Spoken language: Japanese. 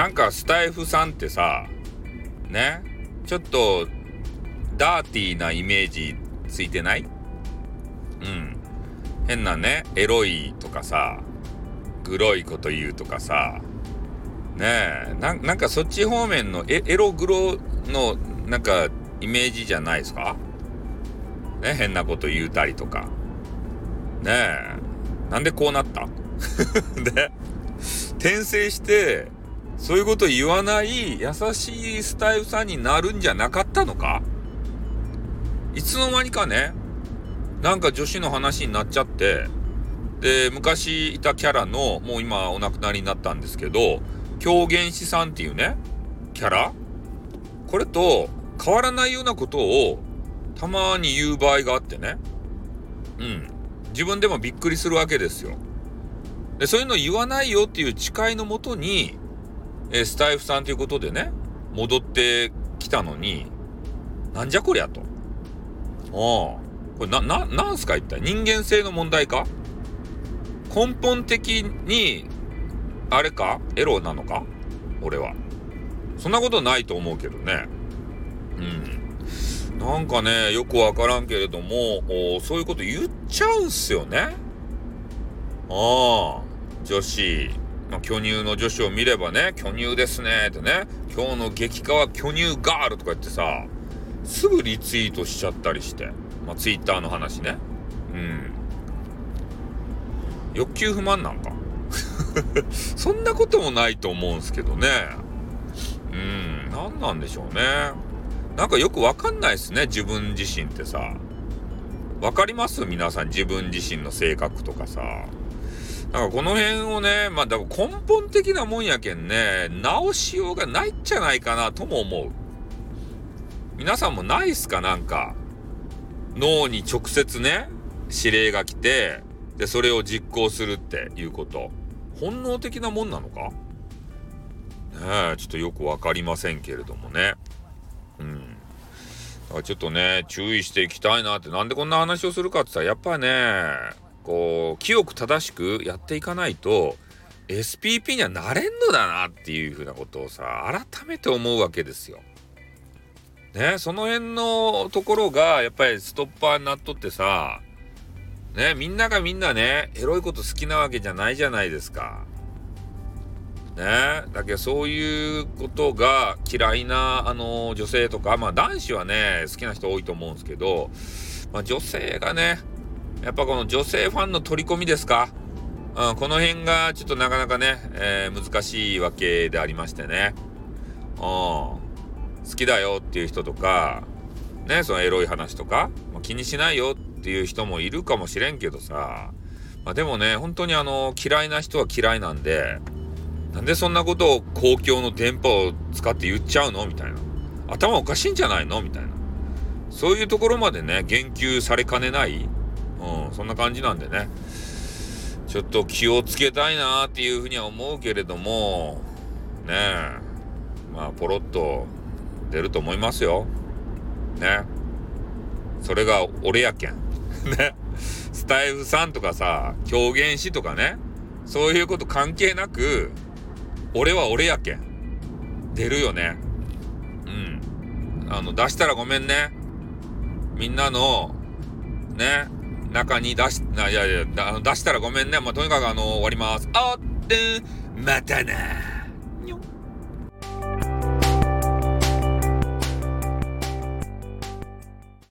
なんかスタイフさんってさ、ね、ちょっとダーティーなイメージついてない？変なね、エロいとかさ、グロいこと言うとかさ、ねえ、なんかそっち方面のエログロのなんかイメージじゃないですか？ね、変なこと言うたりとか。ねえ、なんでこうなったで、転生して、そういうこと言わない優しいスタイフさんになるんじゃなかったのか？いつの間にかね、なんか女子の話になっちゃって、で、昔いたキャラの、もう今お亡くなりになったんですけど、狂言師さんっていうね、キャラ？これと変わらないようなことをたまに言う場合があってね。自分でもびっくりするわけですよ。で、そういうの言わないよっていう誓いのもとに、スタイフさんということでね、戻ってきたのに、なんじゃこりゃと。これなんすか一体？人間性の問題か？根本的に、あれか？エロなのか？俺は。そんなことないと思うけどね。なんかね、よくわからんけれども、そういうこと言っちゃうんすよね。女子。巨乳の女子を見ればね、巨乳ですねってね、今日の激化は巨乳ガールとか言ってさ、すぐリツイートしちゃったりして。ツイッターの話ね。欲求不満なんかそんなこともないと思うんすけどね。なんなんでしょうね。なんかよくわかんないっすね、自分自身ってさ。わかります？皆さん、自分自身の性格とかさ。なんかこの辺をね、だから根本的なもんやけんね、直しようがないんじゃないかなとも思う。皆さんもないっすか？なんか、脳に直接ね、指令が来て、で、それを実行するっていうこと。本能的なもんなのか？ねえ、ちょっとよくわかりませんけれどもね。だからちょっとね、注意していきたいなって。なんでこんな話をするかって言ったら、やっぱね、こう、清く正しくやっていかないと、SPP にはなれんのだなっていうふうなことをさ、改めて思うわけですよ。ね、その辺のところが、やっぱりストッパーになっとってさ、ね、みんながみんなね、エロいこと好きなわけじゃないじゃないですか。ね、だけどそういうことが嫌いな女性とか、男子はね好きな人多いと思うんですけど、女性がね、やっぱこの女性ファンの取り込みですか、この辺がちょっとなかなかね、難しいわけでありましてね。好きだよっていう人とかね、そのエロい話とか、気にしないよっていう人もいるかもしれんけどさ、でもね、本当に嫌いな人は嫌いなんで、なんでそんなことを公共の電波を使って言っちゃうのみたいな。頭おかしいんじゃないのみたいな。そういうところまでね、言及されかねない。そんな感じなんでね。ちょっと気をつけたいなっていうふうには思うけれども、ねえ。ポロッと出ると思いますよ。ね。それが俺やけん。ね。スタイフさんとかさ、狂言師とかね。そういうこと関係なく、俺は俺やけん。出るよね。出したらごめんね。みんなの、ね、中に出したらごめんね。とにかく終わります。またな。